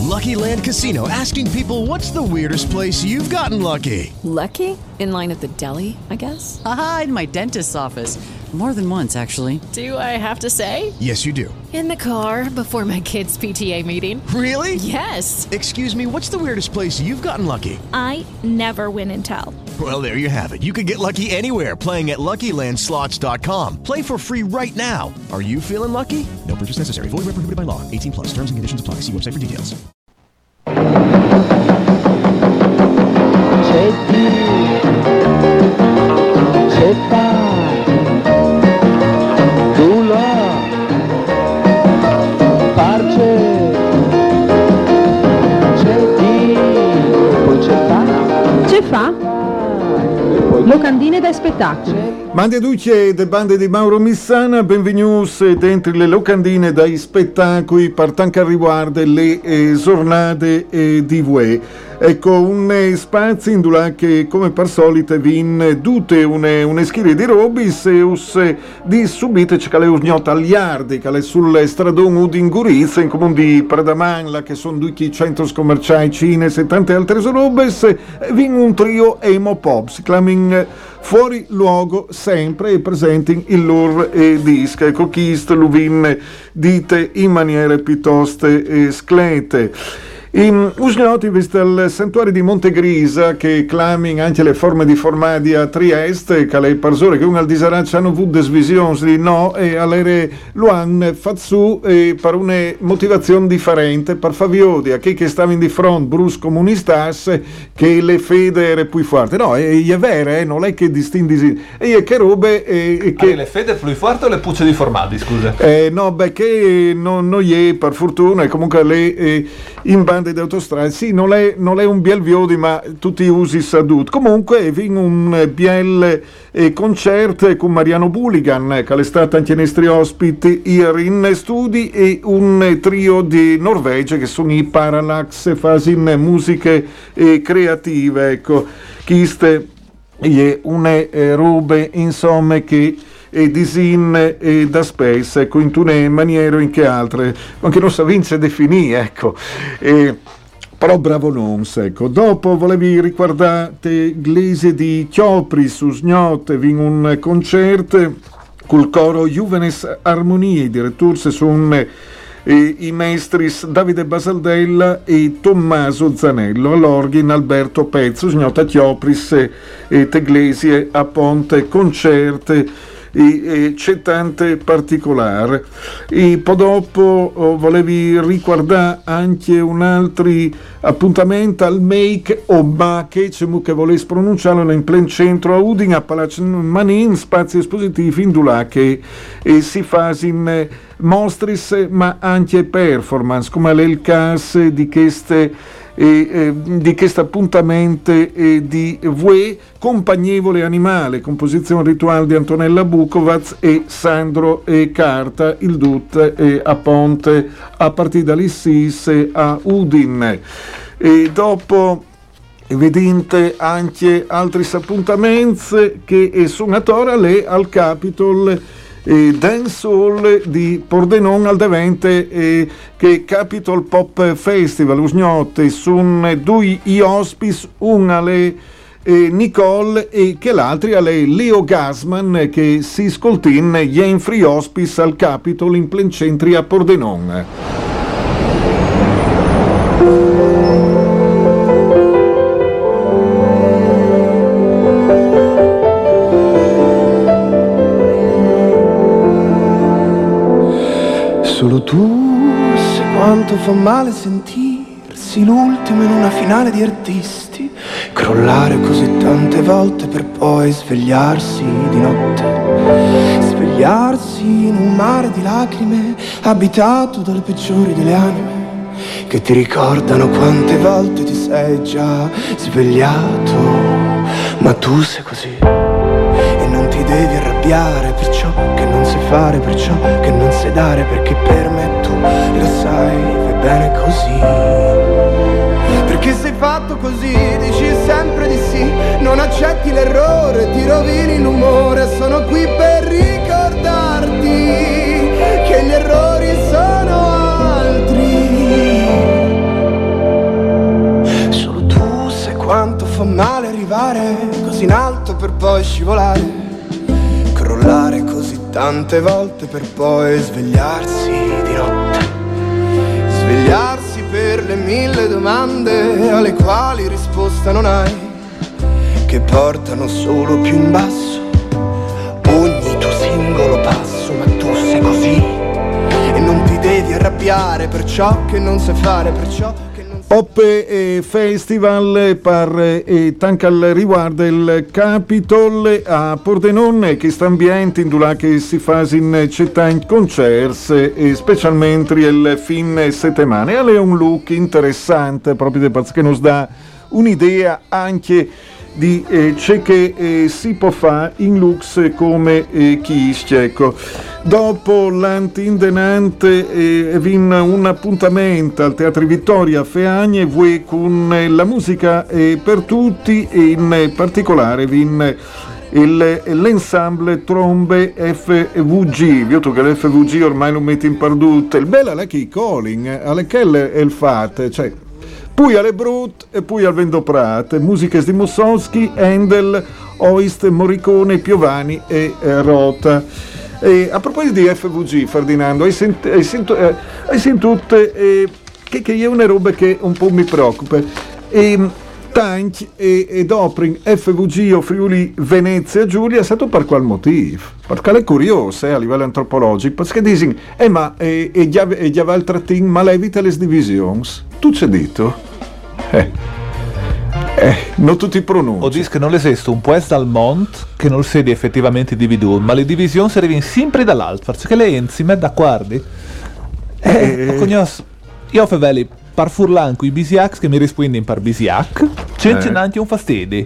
Lucky Land Casino, asking people, what's the weirdest place you've gotten lucky? Lucky? In line at the deli, I guess? Aha, in my dentist's office. More than once, actually. Do I have to say? Yes, you do. In the car before my kids' PTA meeting. Really? Yes. Excuse me, what's the weirdest place you've gotten lucky? I never win and tell. Well, there you have it. You can get lucky anywhere, playing at LuckyLandSlots.com. Play for free right now. Are you feeling lucky? No purchase necessary. Void where prohibited by law. 18 plus. Terms and conditions apply. See website for details. C'è tu là, parce, Ce fa? Locandine da spettacolo. Mandi a duce de bande di Mauro Missana, benvenuti dentro le locandine dai spettacoli per tanto che riguarda le giornate di VUE. Ecco, un spazio in dove che come per solito vin tutte une schiere di robis e us di subite c'è che le usgnota aliardi che le sul stradone di Ingurizia in comune di Pradamanla che sono 200 commerciali cines e tante altre robes vin un trio emo pop si chiamano Fuori luogo sempre e presenti il loro disco. Ecco, chist l'uvin dite in maniere piuttosto sclete. Usgnoti visto il santuario di Montegrisa che clamin anche le forme di formadi a Trieste che le persone che un al disaraccio hanno avuto visioni di no e all'ere lo hanno fatto su per una motivazione differente per Faviodi a chi che stava in di fronte brus comunistas che le fede era più forte no è vero non è che distinguisi e che robe che le fede più forte o le pucce di formadi scusa no beh che non è per fortuna e comunque le in bande di autostrade sì non è un biel viodi ma tutti usi sadut comunque vin un biel concerto con Mariano Buligan che è stato anche nei nostri ospiti ieri in studi e un trio di Norvegia che sono i Parallax fasin musiche creative ecco chiste è una robe insomma che e disin e da space ecco in tune maniere in che altre anche non sa vince definì ecco però bravo Noms ecco dopo volevi riguardare Glese di Chiopri su Sgnotte vin un concerto col coro Juvenes Armonie direttore sono i maestris Davide Basaldella e Tommaso Zanello all'orgin Alberto Pezzo Sgnotta Chiopris e Teglesie a Ponte concerte e c'è tante particolari e poi dopo volevi riguardare anche un altro appuntamento al Make o Make che volevi pronunciarlo in plen centro a Udine a Palazzo Manin spazi espositivi in dove che si fa in mostris ma anche performance come è il caso di queste di questo appuntamento di VUE Compagnevole Animale, composizione rituale di Antonella Bukovac e Sandro Carta, il DUT a Ponte a partire dall'Issis a Udine. E dopo vedete anche altri appuntamenti che sono ancora al Capitol Dancehall di Pordenone al Devente che Capitol Pop Festival usgnotte sono due ospiti una alle Nicole e che l'altro alle Leo Gasman che si ascoltin gli free hospice al Capitol in plen centri a Pordenone. Solo tu sai quanto fa male sentirsi l'ultimo in una finale di artisti, crollare così tante volte per poi svegliarsi di notte, svegliarsi in un mare di lacrime abitato dalle peggiori delle anime che ti ricordano quante volte ti sei già svegliato, ma tu sei così e non ti devi arrabbiare per ciò che non sai fare, per ciò che non sai dare, perché per me tu lo sai, vai bene così. Perché sei fatto così, dici sempre di sì, non accetti l'errore, ti rovini l'umore. Sono qui per ricordarti che gli errori sono altri così in alto per poi scivolare, crollare così tante volte per poi svegliarsi di notte, svegliarsi per le 1000 domande alle quali risposta non hai, che portano solo più in basso ogni tuo singolo passo. Ma tu sei così e non ti devi arrabbiare per ciò che non sai fare, per ciò che non sai... Pop Festival par tanca al riguardo il Capitol a Pordenone che sta ambiente in là che si fa in città in concerti e specialmente il fin settimana. E ha un look interessante proprio perché nos dà un'idea anche di ciò che si può fare in lux come Chischia. Ecco. Dopo l'antindenante vin un appuntamento al Teatro Vittoria a Feagne con la musica per tutti e in particolare vin l'ensemble trombe FVG. Vedo che l'FVG ormai lo mette in perdute. Il bello è che i calling alle che è il fatto, cioè poi alle Brut e poi al Vendoprat, musiche di Mussorgsky, Handel, Oist, Morricone, Piovani e Rota. E a proposito di FVG, Ferdinando, hai sentito che è una roba che un po' mi preoccupa. Tank e Dopring FVG o Friuli Venezia Giulia è stato per qual motivo? Perché è curioso a livello antropologico, perché dicono ma già va il trattin ma levita le divisioni. Tu c'è detto? Non tutti pronunci. O dice che non esiste un paese al mondo che non si effettivamente dividuto, ma le divisioni si arrivano sempre dall'alto, perché le insieme d'accordo. Io ho veli par furlan con i bisiacs che mi rispondono per bisiac, c'è anche un fastidio.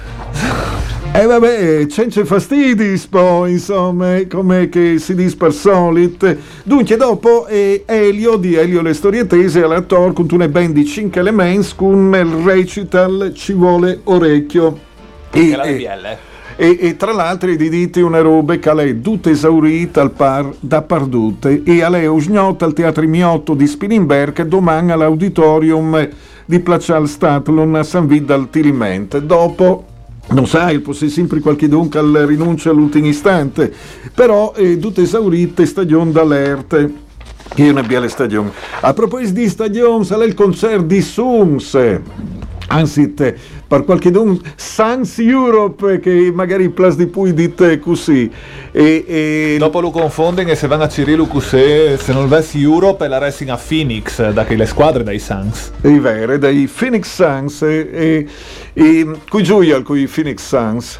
Vabbè, c'è fastidi, poi, insomma, come che si dice per solito. Dunque, dopo Elio di Elio le storie tese all'attore con una band di 5 elementi con il recital Ci vuole orecchio. E tra l'altro di dite una roba che è tutta esaurita al par da pardute e a lei usgnota al Teatro Miotto di Spilimberg domani all'auditorium di Placial Statlon a San Vid al Tilimente. Dopo non sai, può essere sempre qualche dunque al rinuncia all'ultimo istante, però tutte esaurite stagione d'alerte, che è una bella stagione. A proposito di stagione, sarà il concerto di Sums, anzi per qualche dunque Sans Europe, che magari plus di cui dite così. Dopo lo confondono e se vanno a Cirillo così, se non vessi Europe e la racing a Phoenix, da che le squadre dai Suns. È vero, dai Phoenix Suns e qui gioia con Phoenix Suns.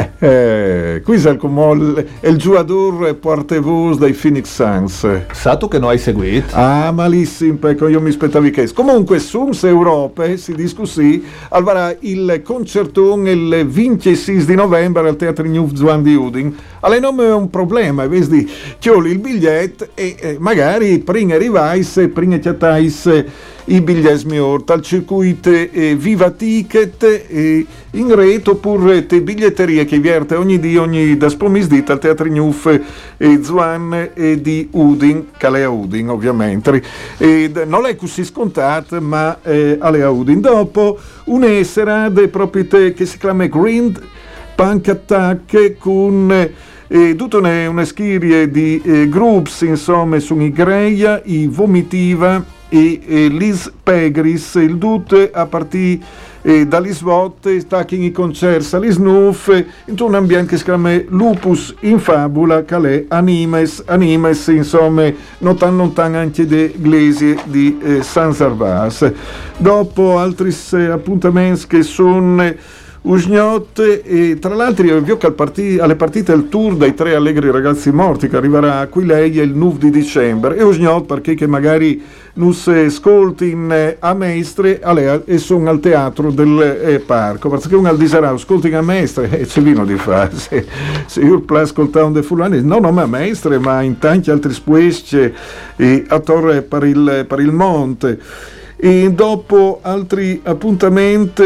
Qui è come il giocatore portavoce dei Phoenix Suns. Sa tu che non hai seguito? Ah, malissimo, perché io mi aspettavi che. Comunque, Sums Europe, si dice così, avrà il concertone il 26 di novembre al Teatro New Zuan di Udin. Allora non è un problema, vedi, chioli il biglietto e magari prima arrivais, prima chiatais i biglietti migliori al circuito Viva Ticket in rete oppure te biglietterie che vierte ogni da spomisdita al Teatro Newf Zuan di Udin, che a Udin ovviamente. Non è così scontata, ma alle Udin. Dopo una serata proprio che si chiama Green Punk Attack con tutta una serie di groups, insomma, sono i Greia, i Vomitiva e Liz Pegris, il tutto a partire dagli svot, stacchi i concerti agli snuff, in un ambiente che si chiama Lupus in Fabula, che è animes, insomma, non tan anche de Glesi di San Servas. Dopo altri appuntamenti che sono Usgnot e tra l'altro io vi ho che alle partite il tour dei 3 allegri ragazzi morti che arriverà qui lei il 9 di dicembre e Usgnot perché che magari non si ascolti a Mestre e sono al teatro del parco perché uno al disarà ascolti a Mestre e c'è vino di fare se io ascoltavo un de fulani no ma a Mestre ma in tanti altri spuesce a Torre per il Monte e dopo altri appuntamenti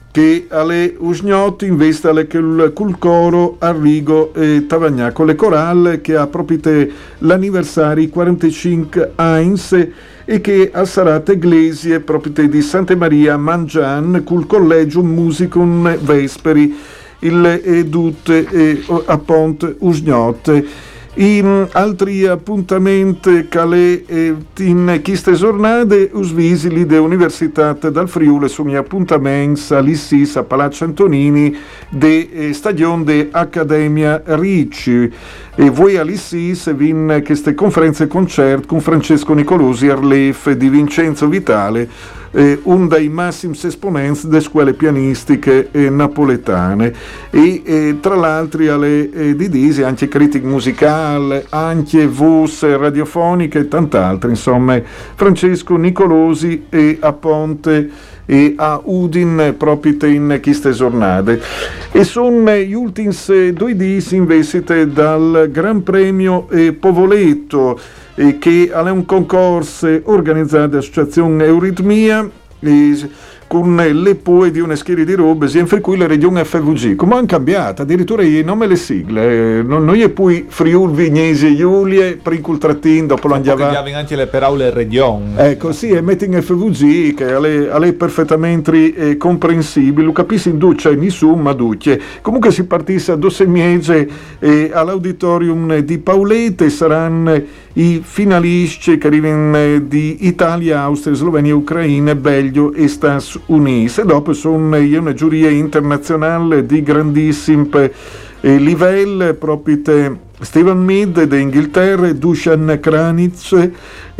che alle usgnotti investe alle col coro Arrigo e Tavagnà con le coralle che ha proprio l'anniversario 45 Heinz e che a Sarate Iglesie proprio di Santa Maria Mangian col Collegium Musicum Vesperi il Edut a Pont Usgnotte. In altri appuntamenti cale in queste giornate usvisili de Università dal Friuli sono gli appuntamenti all'Issis a Palazzo Antonini de Stadion de Accademia Ricci e voi all'Issis vin queste conferenze e concerti con Francesco Nicolosi Arlef di Vincenzo Vitale, un dei massimi esponenti delle scuole pianistiche napoletane e tra l'altro alle di Disi anche critica musicale, anche voce radiofonica e tant'altro, insomma Francesco Nicolosi e a Ponte e a Udin proprio in queste giornate e sono gli ultimi 2 giorni investiti dal Gran Premio Povoletto che è un concorso organizzato dall'associazione Euritmia con le poe di una schiera di robe, per cui la regione FVG, come hanno cambiato, addirittura i nomi e le sigle, non è poi Friuli, Vignesi e Giulie, Princul Trattin, dopo lo andiamo anche le paraule region. Ecco, sì, e metti in FVG, che è perfettamente comprensibile, lo capisci in duce, nessuno, ma duce. Comunque si partisse a 2 mesi all'auditorium di Paulete, saranno i finalisti che arrivano di Italia, Austria, Slovenia, Ucraina, Belgio e Stati Uniti. E dopo sono una giuria internazionale di grandissimo livello, proprio Stephen Mead d'Inghilterra, Dusan Kranitz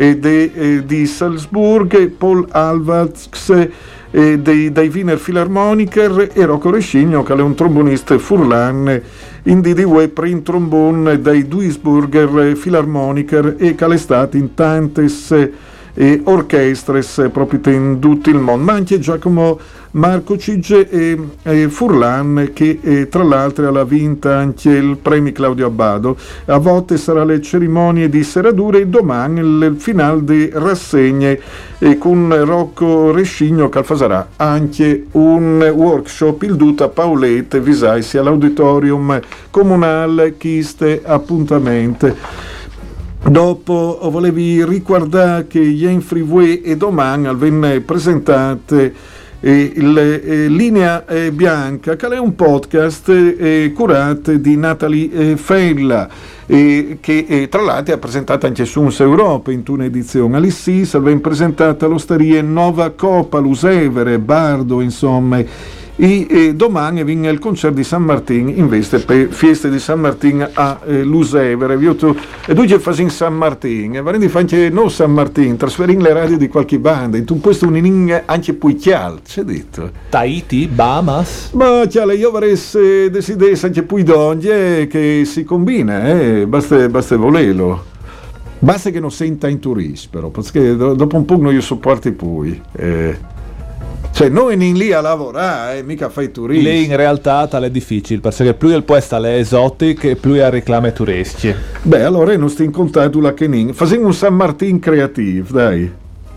di Salzburg, Paul Alvarez dei Wiener Philharmoniker e Rocco Rescigno che è un trombonista furlan in DDW per in trombone dai Duisburger Philharmoniker e che è stato in tantes orchestre proprio in tutto il mondo, ma anche Giacomo Markocic e Furlan che tra l'altro ha vinto anche il premio Claudio Abbado. A volte sarà le cerimonie di serradure e domani il finale di rassegne con Rocco Rescigno che farà anche un workshop il Duta Paolette visaisi all'auditorium comunale chiste appuntamento. Dopo volevi ricordare che ieri Friuli e domani venne presentate Linea Bianca, che è un podcast curato di Natalie Fella che tra l'altro ha presentato anche su Uns Europa in un'edizione. All'Issis aveva presentato all'Osteria Nova Coppa, Lusevere, Bardo, insomma. E domani viene il concerto di San Martin invece per Fieste di San Martin a Lusevere e tu che fai in San Martin e varendo fa anche non San Martin trasferire le radio di qualche banda in tu questo un anche poi chial c'è detto Tahiti, Bahamas ma chiale io avrei desiderio anche poi donne che si combina basta volerlo. Basta che non senta in turista però perché dopo un po' non io sopporti poi cioè noi in lì a lavorare mica fai turisti. Lì in realtà tale è difficile perché più il puesto è esotico e più è reclame turistiche. Beh allora non sto in contatto la Kenin facciamo un San Martin creativo dai.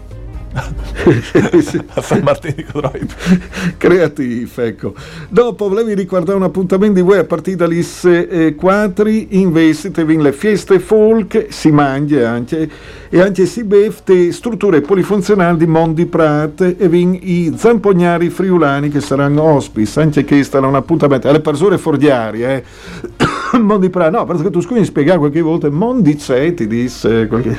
A San Martino creativo, ecco. Dopo volevi ricordare un appuntamento di voi a partire dalle 4 investitevi in le feste folk si mangia anche e anche si befte strutture polifunzionali di Mondi Prat e vin i zampognari friulani che saranno ospiti anche che stanno un appuntamento alle persone fordiari Mondi Prat no perché tu scusi spiegare qualche volta Mondi c'è ti disse qualche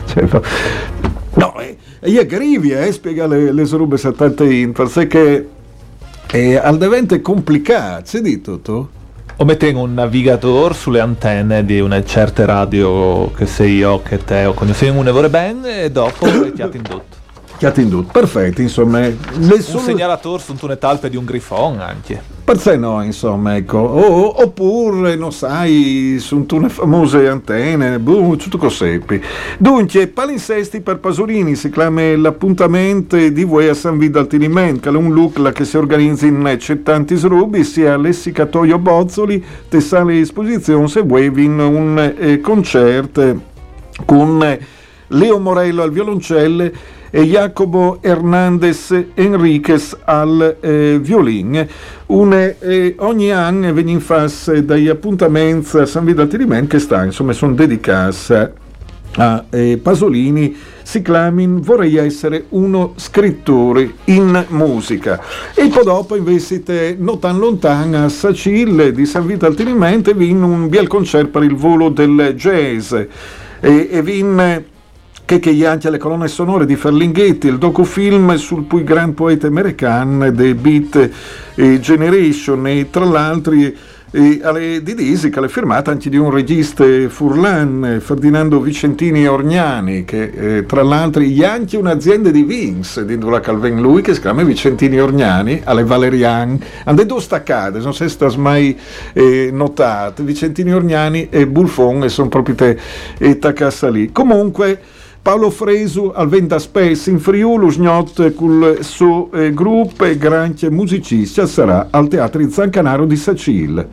no e io arrivi spiega le robe 70 in perché al diventa complicato c'è di tutto o mettendo un navigatore sulle antenne di una certa radio che sei io che te o quando sei un evore ben e dopo chiati in tutto perfetto insomma un segnalatore su una talpe di un grifon anche perché no insomma ecco oppure non sai su una famose antenne tutto cos'epi dunque palinsesti per Pasolini si chiama l'appuntamento di voi a San Vito al Tiniment che è un look che si organizza in tanti srubi sia all'Essicatoio Bozzoli te sale esposizione se vuoi in un concerto con Leo Morello al violoncello e Jacobo Hernandez Enriquez al violin. Ogni anno viene in fase dagli appuntamenti a San Vito al Tirimen che sta, insomma, sono dedicati a Pasolini. Si clamin vorrei essere uno scrittore in musica, e poi dopo invece non tan lontana a Sacil di San Vito al Tirimente vin un bel concerto per il volo del jazz e vin che gli anche alle colonne sonore di Ferlinghetti, il docufilm sul più gran poeta americano The Beat Generation, e tra l'altro alle di Disi che è firmata anche di un regista Furlan, Ferdinando Vicentini Orgnani, che tra l'altro gli anche un'azienda di Vins di la Calvin lui che si chiama Vicentini Orgnani alle Valerian, hanno due staccate, non so se stas mai notate, Vicentini Orgnani e Bulfon, e sono proprio te taccassa lì. Comunque Paolo Fresu al Venta Spes in Friuli, Sgnot col suo gruppo e grande musicista sarà al Teatro Zancanaro di Sacil.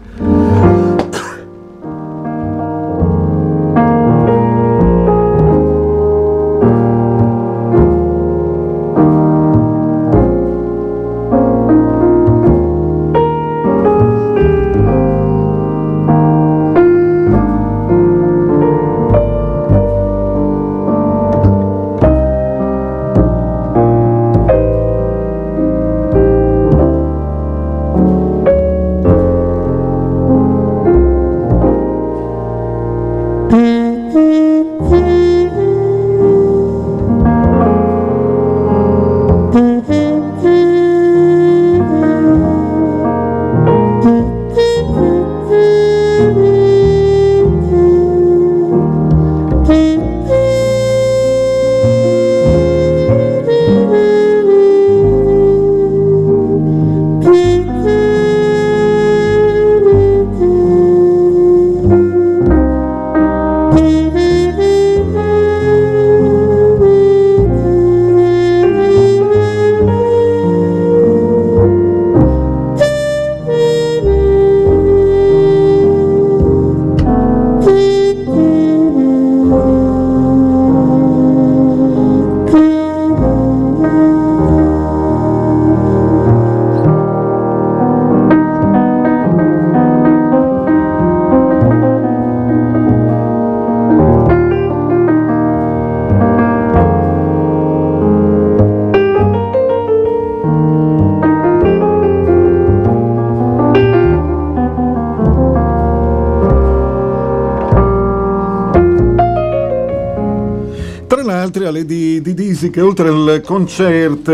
Di Disi che oltre al concerto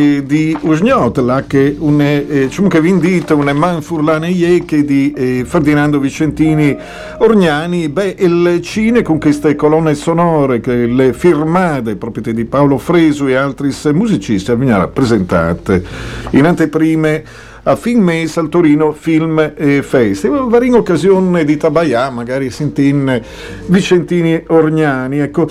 di Usgnot là che che vi indita un man furlane che di Ferdinando Vicentini Orgnani, il cine con queste colonne sonore che le firmate proprio di Paolo Fresu e altri musicisti vengono presentate in anteprime a fin mese al Torino Film Festival. Varie occasione di Tabaià, magari sentin Vicentini Orgnani, ecco.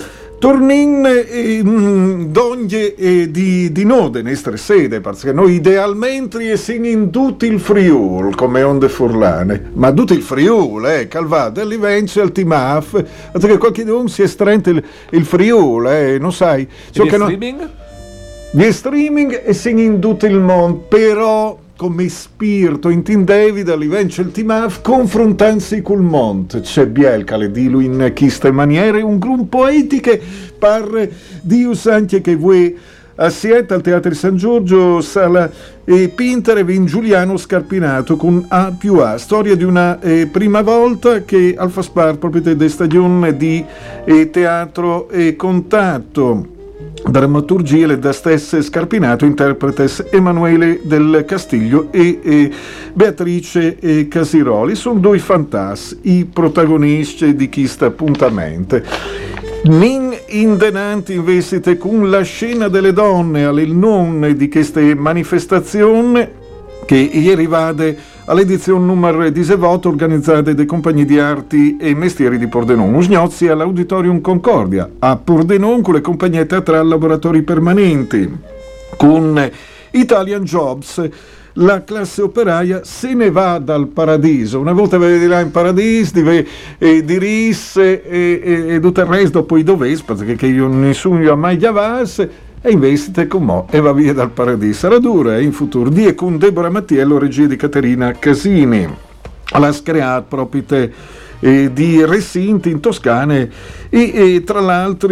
Tornin d'ogni di node nestre sede, perché noi idealmente siamo in tutto il Friuli come onde furlane, ma tutto il Friuli, Calvada, all'Ivencio, al Timaf, perché qualche giorno si è stretto il Friuli, non sai. Cioè che streaming? Di streaming e siamo in tutto il mondo, però come spirito intendevida all'Ivencio il Timaf confrontansi col mondo. C'è Bielca le di lui in chiste maniere un gruppo poetiche par Dius anche che vuoi assiete al Teatro San Giorgio sala e Pintere in Giuliano Scarpinato con A più A, storia di una prima volta che al fa spar proprio de stagione di teatro e contatto. Drammaturgie da stesse Scarpinato, interpretes Emanuele del Castiglio e Beatrice Casiroli. Sono due fantasmi, i protagonisti di questo appuntamento. Nin indenanti investite con la scena delle donne alle nonne di queste manifestazioni che ieri vade all'edizione numero 18 organizzata dai compagni di arti e mestieri di Pordenone. Usgnozzi all'Auditorium Concordia a Pordenone con le compagnie teatrali laboratori permanenti, con Italian Jobs. La classe operaia se ne va dal paradiso, una volta vedrà in paradiso di ris e tutto il resto poi dovesse, perché io nessuno ha mai chiavasse. e investite con mo e va via dal paradiso. Sarà dura in futuro. Die con Deborah Mattiello, regia di Caterina Casini. La screat proprio di recinti in Toscana e tra l'altro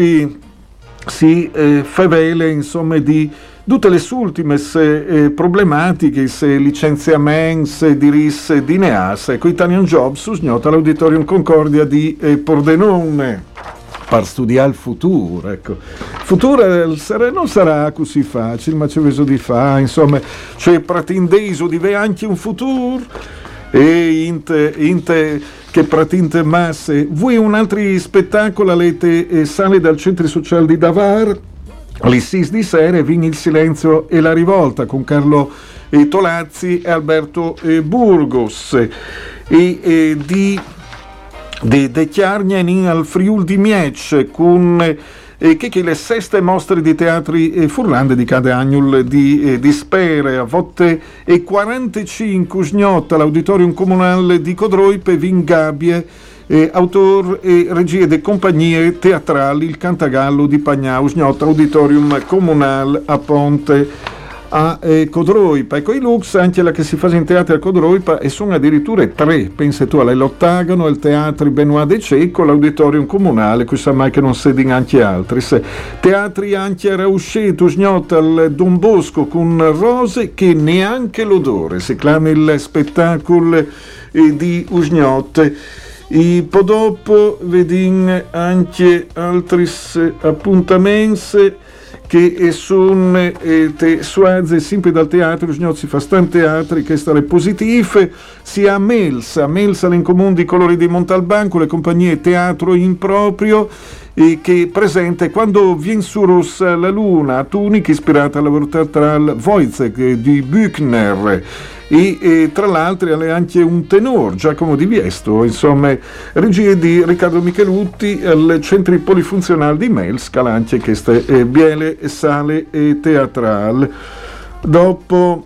si favele insomma di tutte le ultime problematiche, licenziamenti di RIS di Neas, con Italian Jobs, usgnota all'Auditorium Concordia di Pordenone. Per studiare il futuro, ecco. Il futuro non sarà così facile, ma c'è bisogno di fare, insomma, c'è pratindeso di avere anche un futuro, e inte che pratinte masse. Voi un altro spettacolo avete sale dal centro sociale di Davar, alle 6 di sera, Vigni il silenzio e la rivolta, con Carlo Tolazzi e Alberto Burgos, e di Chiarnia in al Friul di Miec, con che le 6 mostre di teatri furlande di cada anno di Spere, a volte e 45 usgnotta all'Auditorium Comunale di Codroi per Vingabie, autor e regie de compagnie teatrali il Cantagallo di Pagnà, usgnotta Auditorium Comunale a Ponte a Codroipa. Ecco i lux anche la che si fa in teatro a Codroipa, e sono addirittura 3, pensa tu, all'Ottagano, al teatro Benoit de Cecco, l'Auditorium Comunale, qui sa mai che non si din anche altri. Teatri anche a Rausceto, sgnota al Don Bosco con Rose che neanche l'odore, si chiama il spettacolo di Usgnotte. E poi dopo vedin anche altri appuntamenti che sono suazze sempre dal teatro, si fa stanti teatri che stare positive, sia a Melsa in comune di Colori di Montalban, con le compagnie Teatro Improprio, che presenta quando viene su rossa la luna, a Tunica, ispirata alla lavoro teatrale Wojciech di Büchner. E tra l'altro è anche un tenor, Giacomo Di Viesto, insomma, regie di Riccardo Michelutti al Centro Polifunzionale di Mels, Calanche, che è Biele Sale Teatrale. Dopo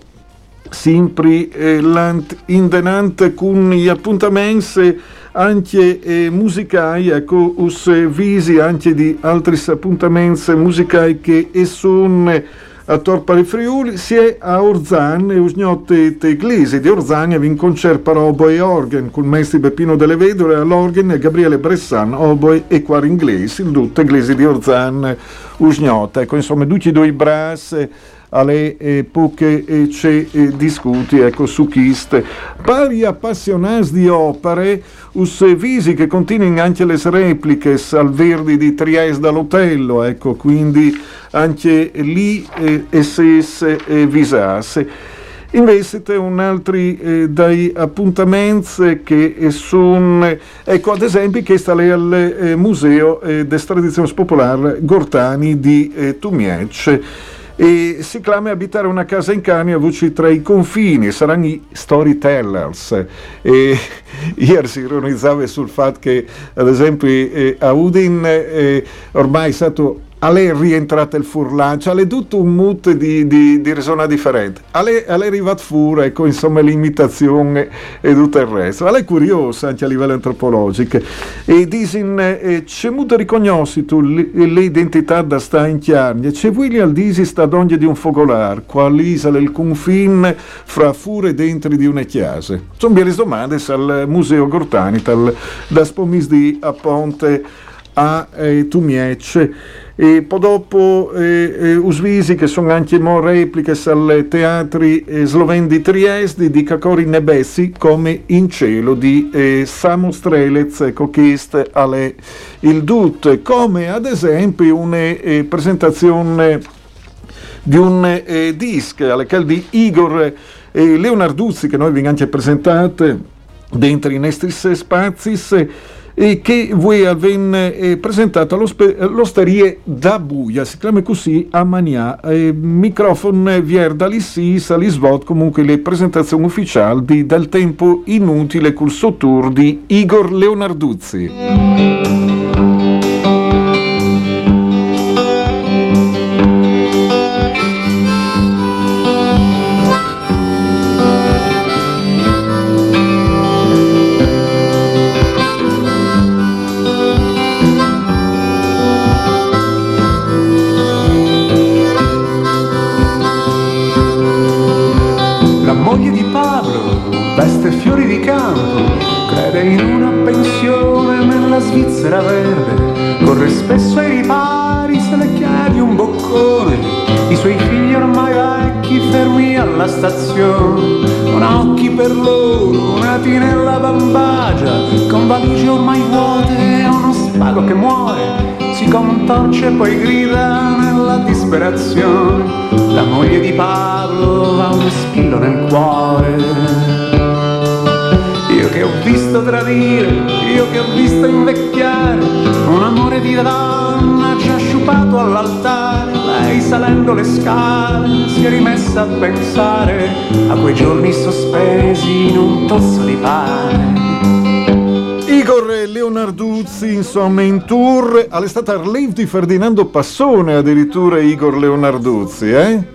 sempre l'indenante con gli appuntamenti anche musicali, ecco, us visi anche di altri appuntamenti musicali che sono a Torpare Friuli, si è a Orzan e usgnotte Teglesi di Orzan e in concerto per oboe e organ con maestri Beppino Delle Vedove all'organ e Gabriele Bressan oboe e quar inglesi, il tutto Teglesi di Orzan usgnotte. Ecco, insomma, tutti due brass alle poche c'è discuti, ecco, su chiste pari appassionati di opere us visi che continuano anche le repliche al Verdi di Trieste dall'Otello, ecco, quindi anche lì SS visasse. Invece un altro dai appuntamenti che sono, ecco, ad esempio che sta lì al Museo d'Estradizione Popolare Gortani di Tumiec, e si chiama Abitare una casa in Cania, voci tra i confini, saranno i storytellers. E ieri si ironizzava sul fatto che, ad esempio, a Udin ormai è stato a lei è rientrata il furlancio, è tutto un mood di resona differente. A lei è arrivato fuori, ecco, insomma, l'imitazione e tutto il resto. Lei è curiosa anche a livello antropologico. E disin, c'è molto riconosciuto l'identità da sta in chiarnia. C'è vuoi al disi sta d'ogni di un fogolar, qual'isa del confine fra fure dentro di una chiesa. Sono belle domande al Museo Gortani, da spomis di a Ponte a Tumiec. E poi dopo usvisi che sono anche mo repliche al teatri sloveni di Trieste di Cacori Nebessi come In cielo di Samo Strelez, ecco, che è il DUT, come ad esempio una presentazione di un disco di Igor Leonarduzzi che noi vi abbiamo anche presentate dentro i nostri spazi, e che voi avete presentato all'Osteria da Buia, si chiama così a Manià, microfono vier dall'Issi, salisvot comunque le presentazioni ufficiali del tempo inutile col sottour di Igor Leonarduzzi. moglie di Pablo veste fiori di campo, crede in una pensione nella Svizzera verde, corre spesso ai ripari se le chiedi un boccone, i suoi figli ormai vecchi fermi alla stazione, non ha occhi per loro, nati nella bambagia, con valigie ormai vuote, uno spago che muore, si contorce e poi grida nella disperazione, la moglie di Pablo ha uno spillo nel cuore. Io che ho visto tradire, io che ho visto invecchiare, un amore di donna già sciupato all'altare, lei salendo le scale si è rimessa a pensare a quei giorni sospesi in un tozzo di pane. Igor Leonarduzzi, insomma, in tour all'estate Arlive di Ferdinando Passone, addirittura Igor Leonarduzzi,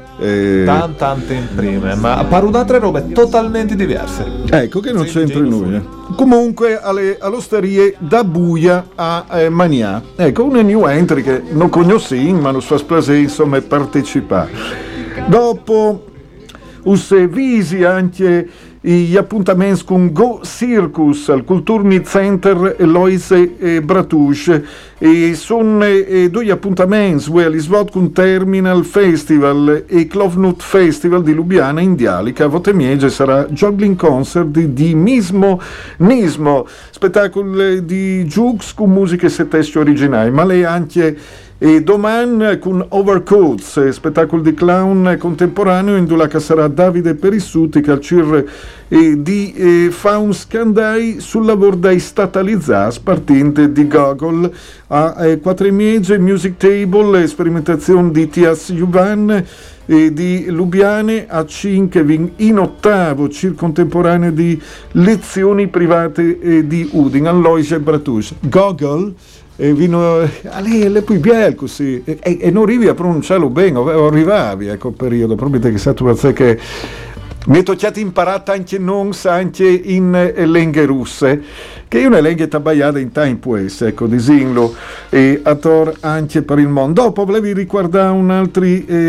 Tante in prime, ma parlo altre robe totalmente diverse. Ecco che non c'entra nulla. Comunque all'osteria da Buia a Manià. Ecco, una new entry che non conosci, ma non fa splasè, insomma, partecipare. Dopo us visi anche gli appuntamenti con Go Circus al Kulturni Center Loise Bratusch, e sono due appuntamenti li svot con Terminal Festival e Klovnut Festival di Lubiana in Dialica. A Votemiege sarà juggling concert di Nismo, spettacolo di Jukes con musiche e testi originali, ma lei anche e domani con Overcoats, spettacolo di clown contemporaneo in dove sarà Davide Perissuti che al CIR fa un scandai sul lavoro dai statalizzati partente di Gogol a Quattremiege Music Table, sperimentazione di Tias Juvan di Lubiane a 5 in ottavo CIR contemporaneo di lezioni private di Udine a Loise Bratusch. Gogol vino a lei poi biel così e non arrivi a pronunciarlo bene, o arrivavi ecco il periodo proprio che sa tu che mi è toccato imparare anche non anche in lingue russe, che è una lingua tabagliata in tempo ecco disinlo e attor anche per il mondo. Dopo volevi riguardare un altro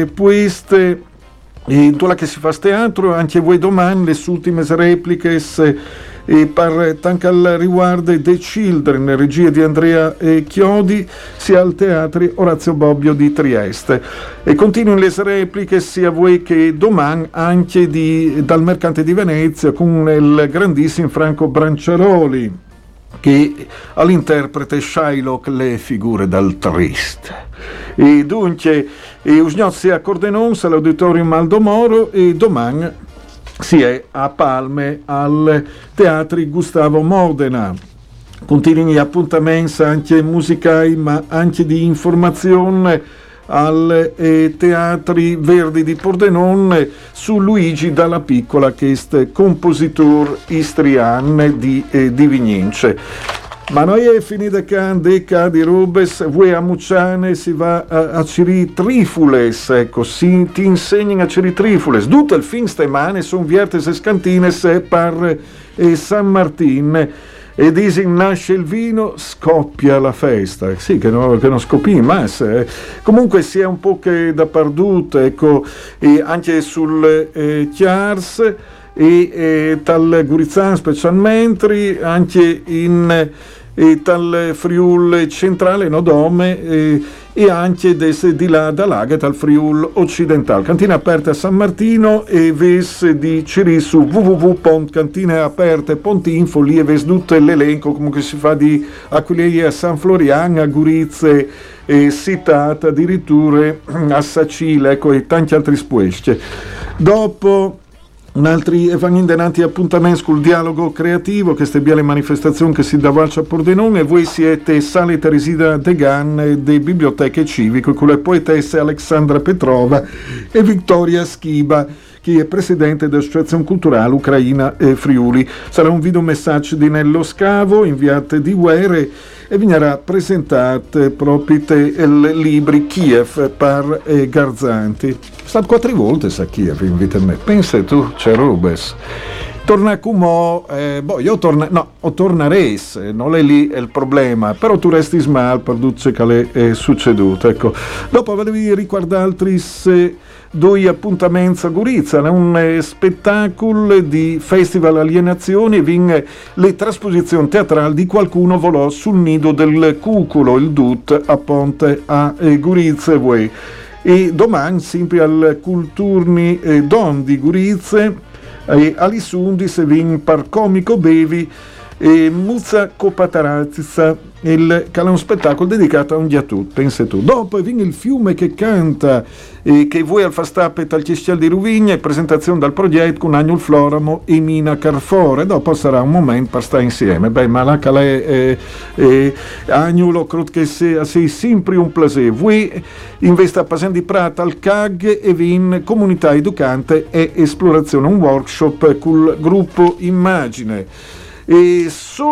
poeste in quella che si fa teatro anche voi domani le ultime repliche e per tanto al riguardo The Children, regia di Andrea Chiodi, sia al Teatro Orazio Bobbio di Trieste, e continuano le repliche sia voi che domani anche dal Mercante di Venezia con il grandissimo Franco Branciaroli che all'interprete Shylock le figure dal triste. E dunque Usgnozzi a Cordenons all'Auditorium Aldo Moro, e domani si è a Palme al Teatro Gustavo Modena. Continuano gli appuntamenti anche musicali ma anche di informazione al Teatri Verdi di Pordenone su Luigi Dalla Piccola, che è compositore istriano di Vignince. Ma noi è finita deca di Rubes, voi a Mucciane si va a Ciri Trifules, ecco, ti insegnano a Ciri Trifules, tutto il fin stemane sono viertes e scantines per San Martin, e disi nasce il vino, scoppia la festa, sì che non scopì, ma comunque si è un po' che da perduto, ecco, e anche sul Chiars e tal Gurizzan specialmente, anche in tal Friul centrale Nodome e anche di là da Laga tal Friul occidentale. Cantina aperta a San Martino e ves di Ciri su www.cantineaperte.info, lì e ves tutto l'elenco comunque si fa di Aquileia a San Florian, a Gurizze e Sitata, addirittura a Sacile, ecco, e tanti altri spuesce. Dopo un altro evangelizanti appuntamento sul dialogo creativo, che ste le manifestazioni che si davalcia a Pordenone, e voi siete Sale Teresina Degan de Biblioteche Civiche con le poetesse Alexandra Petrova e Vittoria Schiba, che è presidente dell'Associazione Culturale Ucraina Friuli. Sarà un video messaggio di Nello Scavo, inviate di Guerre, e vignerà presentate proprio il libri Kiev per Garzanti. È stato 4 volte a Kiev, invita me. Pensa tu, c'è Rubes. torna come io tornares, non è lì il problema, però tu resti mal per tutto che è succeduto, ecco. Dopo avevi riguardato altri due appuntamenti a Gorizia, un spettacolo di Festival Alienazioni e vin le trasposizioni teatrali di Qualcuno volò sul nido del cuculo, il DUT a Ponte a Gorizia e domani sempre al Culturni Don di Gorizia e all'Isundis vin par comico bevi e Muzza Copatarazza, che è un spettacolo dedicato a un diatut, pensa tu. Dopo viene il fiume che canta, che vuoi al Fastappet al Cistial di Ruvigna, presentazione dal progetto con Agnul Floramo e Mina Carfore. Dopo sarà un momento per stare insieme. Ma la calè Agnulo, credo che sia sempre un piacere. Voi investa a Pasen di Prata al CAG e vin Comunità Educante e Esplorazione, un workshop col gruppo Immagine. E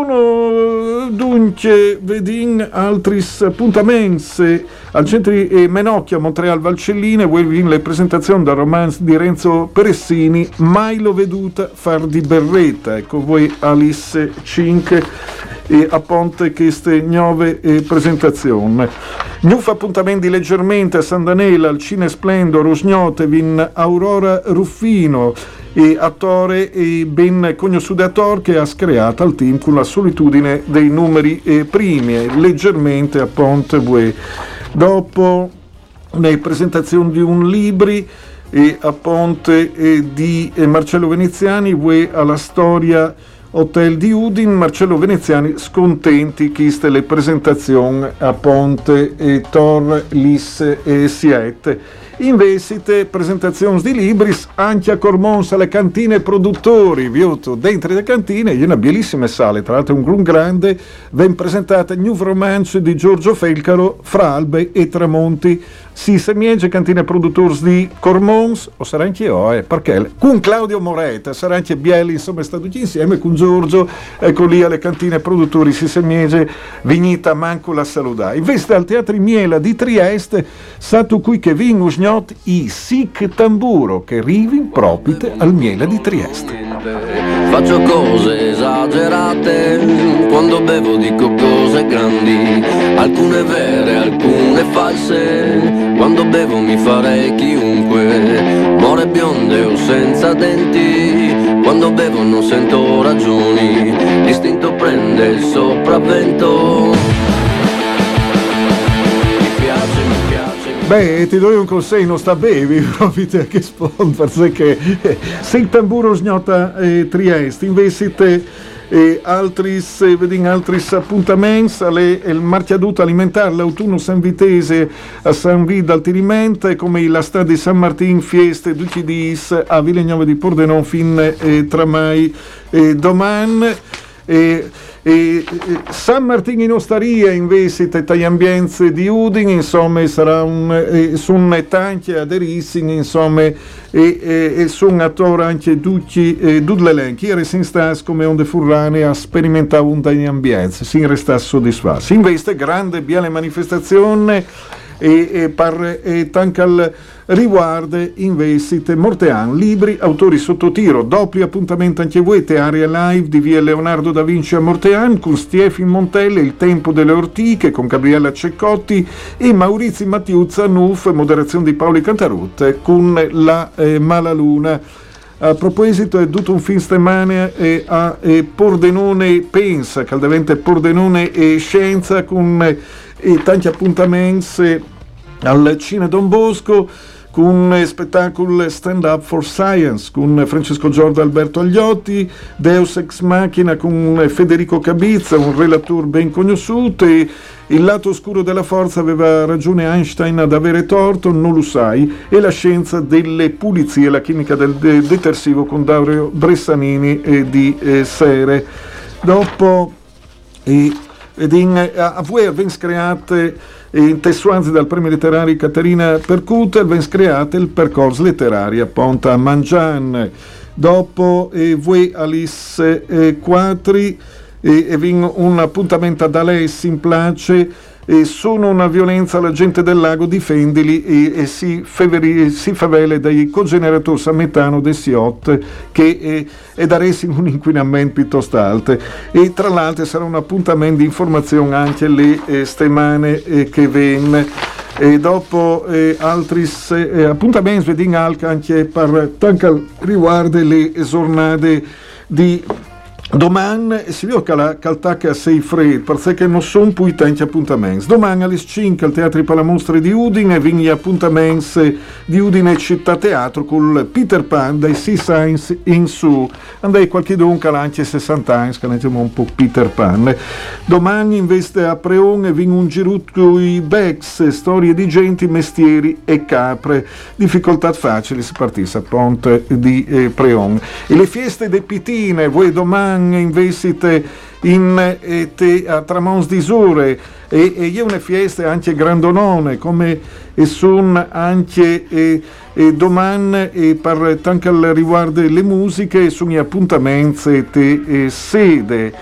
sono dunque vedin altri appuntamenti al centro Menocchia a Montreal Valcelline, vuoi le presentazioni del romanzo di Renzo Peressini Mai l'ho veduta far di berretta, ecco voi Alice 5 e a Ponte queste nuove presentazioni. Nuovi appuntamenti leggermente a San Danela al Cine Splendor Rusgnote vin Aurora Ruffino e attore e ben conosciuto attore che ha screato al team con la solitudine dei numeri primi leggermente a Ponte Bue. Dopo le presentazioni di un libri e a Ponte di Marcello Veneziani Bue alla storia Hotel di Udin, Marcello Veneziani scontenti chiste le presentazioni a Ponte e Tor Lis e Siete. Investite, presentazioni di libri anche a Cormons alle cantine produttori, viuto dentro le cantine in una bellissima sala, tra l'altro un grun grande, ben presentata New Romance di Giorgio Felcaro, Fra albe e tramonti, si semiege cantine produttori di Cormons, o sarà anche io, perché con Claudio Moretta, sarà anche Bielli, insomma, sta tutti insieme con Giorgio, ecco lì alle cantine produttori si semiege, vignita manco la saludai. Investe al Teatro Miela di Trieste, sato qui che vinus i Sic Tamburo che rivin propite al Miele di Trieste. Faccio cose esagerate, quando bevo dico cose grandi, alcune vere, alcune false, quando bevo mi farei chiunque, more bionde o senza denti, quando bevo non sento ragioni, l'istinto prende il sopravvento. Beh, ti do un consiglio, non sta bevi, proprio che sponsor, che se il tamburo sgnota Trieste, investite altri appuntamenti, il marchiaduto alimentare, l'autunno San Vitese a San Vito al Tirimenta, come la strada di San Martin, fieste, duci dis a Villagnova di Pordenone fin tramai domani. San Martino in Osteria invece gli ambienti di Udin, insomma sarà sono tanti aderissi, insomma e sono attori anche tutti l'elenco. Ieri si sta come onde furrane a sperimentare un degli ambienti, si resta soddisfatti. Invece grande biale manifestazione e tanto al riguardo investite Mortean, libri, autori sotto tiro, doppio appuntamento anche voi, Area Live di via Leonardo da Vinci a Mortean, con Stiefin Montelle, Il tempo delle ortiche, con Gabriella Ceccotti e Maurizio Mattiuzza Nuf, moderazione di Paoli Cantarutte, con la Malaluna. A proposito è tutto un fin settimana a Pordenone Pensa, caldamente Pordenone e Scienza, con tanti appuntamenti al Cine Don Bosco, con spettacolo Stand Up for Science con Francesco Giorda e Alberto Agliotti, Deus Ex Machina con Federico Cabizza, un relatore ben conosciuto, e Il lato oscuro della forza, aveva ragione Einstein ad avere torto, non lo sai, e La scienza delle pulizie, la chimica del detersivo con Dario Bressanini di Sere. Dopo a voi avete create in tessuanze dal premio letterario Caterina Percuta, avete create il percorso letterario a Ponta Mangian. Dopo voi Alice Quatri e un appuntamento ad Alessi in place sono una violenza alla gente del lago, difendili e si favele dai cogeneratori a metano del SIOT che è da resi un inquinamento piuttosto alto. E tra l'altro sarà un appuntamento di informazione anche le settimane che vengono. E dopo altri appuntamenti vediamo anche per tanto riguardo le giornate di domani. Si vede che la caltacca a 6 freddo perché non sono più tanti appuntamenti. Domani alle 5 al Teatro Palamostre di Udine vengono gli appuntamenti di Udine Città Teatro con Peter Pan dai Sea Science in su. Andai qualche dunque anche 60 anni che leggiamo un po' Peter Pan. Domani invece a Preone vengono un giro i Bex, storie di genti, mestieri e capre. Difficoltà facili si partisse a Ponte di Preone. E le feste de Pitine, voi domani investite a Tramons di Sure e io una festa anche grandonone come sono anche domani per tanto riguardo le musiche sono gli appuntamenti di sede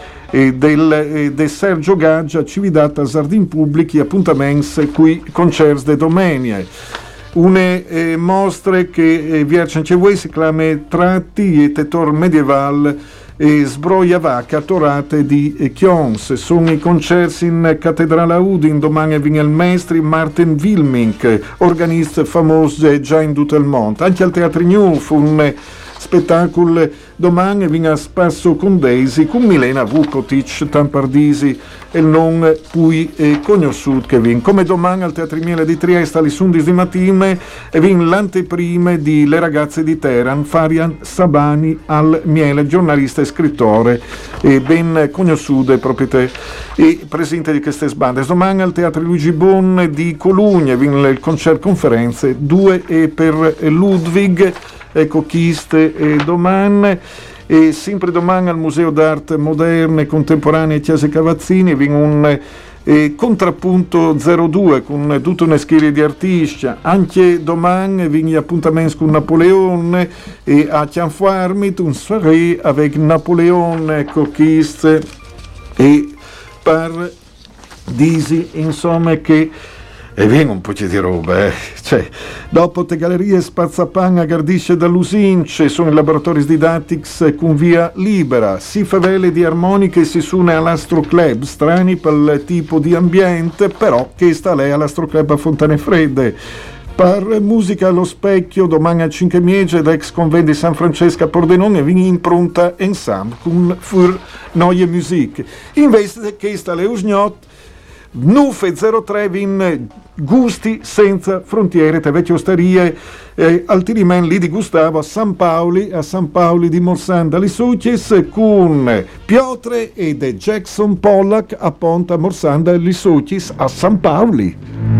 del Sergio Gaggia Cividata Sardin Pubblici appuntamenti qui concerti de domenica. Une mostre che vierce anche voi si chiama Tratti e Tetor Medieval e Sbroia Vacca Torate di Chions. Sono i concerti in Cattedrale Udine, domani viene il maestro Martin Wilmink, organista famoso già in tutto il mondo. Anche al Teatro New un spettacolo domani viene a spasso con Daisy, con Milena Vukotic, Tampardisi e il non poi conosciuto che viene. Come domani al Teatro Miele di Trieste alle 11 di mattina e viene l'anteprime di Le ragazze di Teheran, Farian Sabani al Miele, giornalista e scrittore ben conosciuto e presente di queste bande. Domani al Teatro Luigi Bon di Colugna viene il concerto conferenze 2 per Ludwig. Ecco chiste domani e sempre domani al Museo d'Arte Moderne e Contemporanea Chiese Cavazzini viene un contrappunto 02 con tutta una schiera di artisti. Anche domani viene appuntamenti con Napoleone e a Chianfuarmit un soirée avec Napoleone, ecco chiste e per disi insomma che e viene un po' di roba, Cioè, dopo te gallerie Spazzapan a Gardisce da Lusince, sono i laboratori Didactics con via libera, si favele di armoniche si suona all'Astro Club, strani per il tipo di ambiente, però che sta lei all'Astro Club a Fontane Fredde. Per musica allo specchio, domani a 5 miege, d'ex conventi San Francesco a Pordenone, viene impronta ensemble con Fur Neue Musik. Invece che sta le usgnot, Nufe 03 vin gusti senza frontiere, te vecchie osterie al Tirimen lì di Gustavo a San Paoli di Morsanda li Succis con Piotre e de Jackson Pollock a Ponta Morsanda li Succis a San Paoli.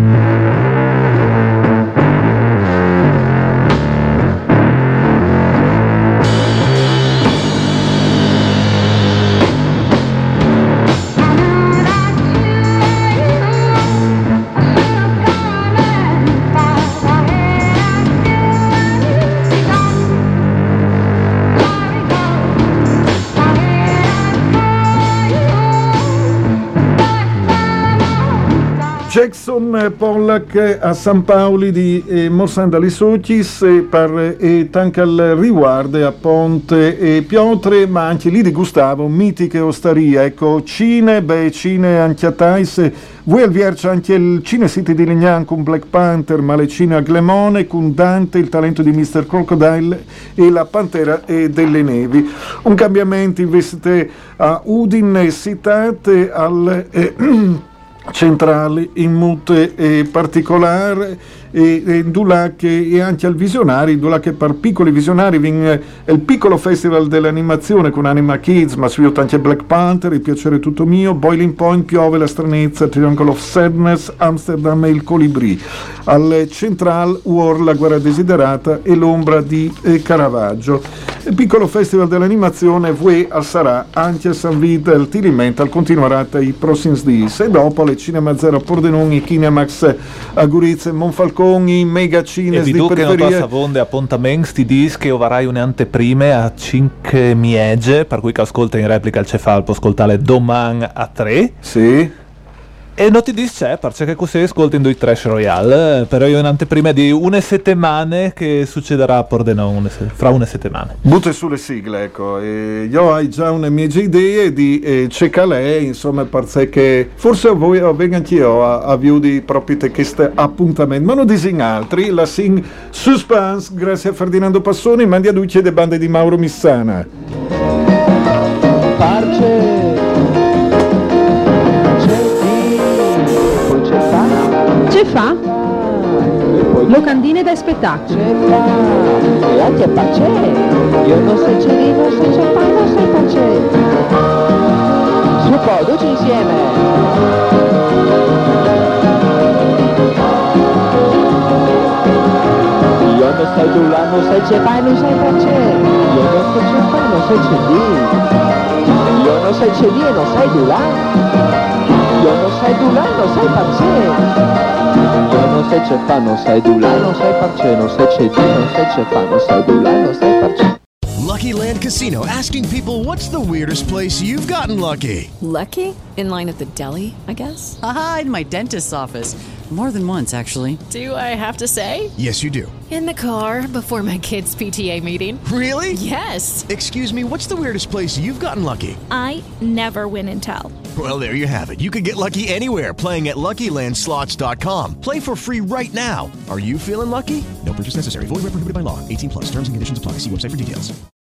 Jackson Pollock a San Paoli di Morsanda li Succis per tanto al riguardo a Ponte Piotre, ma anche lì di Gustavo, mitiche osterie, ecco, cine anche a Tais, voi al Viercia anche il Cine City di Lignan con Black Panther, ma le cine a Glemone con Dante, il talento di Mr. Crocodile e la Pantera delle Nevi. Un cambiamento invece a Udine, citate al centrali in mute particolare e anche al visionari, che per piccoli visionari viene il piccolo festival dell'animazione con Anima Kids, ma si vede anche Black Panther, Il piacere tutto mio, Boiling Point, Piove la stranezza, Triangle of Sadness, Amsterdam e il Colibrì. Al Central War, La guerra desiderata e L'ombra di Caravaggio. Il piccolo festival dell'animazione sarà anche a San Vito il Tirimental continuerà i prossimi dies e dopo le Cinema Zero Pordenone, Kinemax a Gurizia e Monfalconi, Mega Cines di periferia. E vi dico che non passa a appuntamenti ti dis che varai un'anteprime a 5 miege, per cui che ascolta in replica il Cefal può ascoltare domani a 3. Sì. E non ti dice perché così ascolti in due Trash Royale, però io in anteprima di una settimana che succederà a Pordenone fra una settimana. Butte sulle sigle, ecco. Io ho già una mia idea di Cecalè, insomma, perché forse voi vengo anch'io a di proprio questo appuntamento, ma non disin altri, la sing Suspense, grazie a Ferdinando Passoni, mandi a Duce de bande di Mauro Missana. Parce. Ce fa? Locandine da spettacolo. E anche parce. Io non so c'è non so c'è fa, non so parce. Su po', tutti insieme. Io non sai tu là, non sai c'è fa, non sai parce. Io non so c'è fa, non sai c'è lì. Io non sai c'è lì e non sai tu là. Io non sai tu là, non sai parce. Io non sai c'è fa, non sai tu là, non sai parce. Non sai c'è lì, non sai c'è fa, non sai tu là, non sai parce. Lucky Land Casino, asking people, what's the weirdest place you've gotten lucky? Lucky? In line at the deli, I guess? Aha, in my dentist's office. More than once, actually. Do I have to say? Yes, you do. In the car before my kids' PTA meeting. Really? Yes. Excuse me, what's the weirdest place you've gotten lucky? I never win and tell. Well, there you have it. You can get lucky anywhere, playing at LuckyLandSlots.com. Play for free right now. Are you feeling lucky? No purchase necessary. Void where prohibited by law. 18 plus. Terms and conditions apply. See website for details.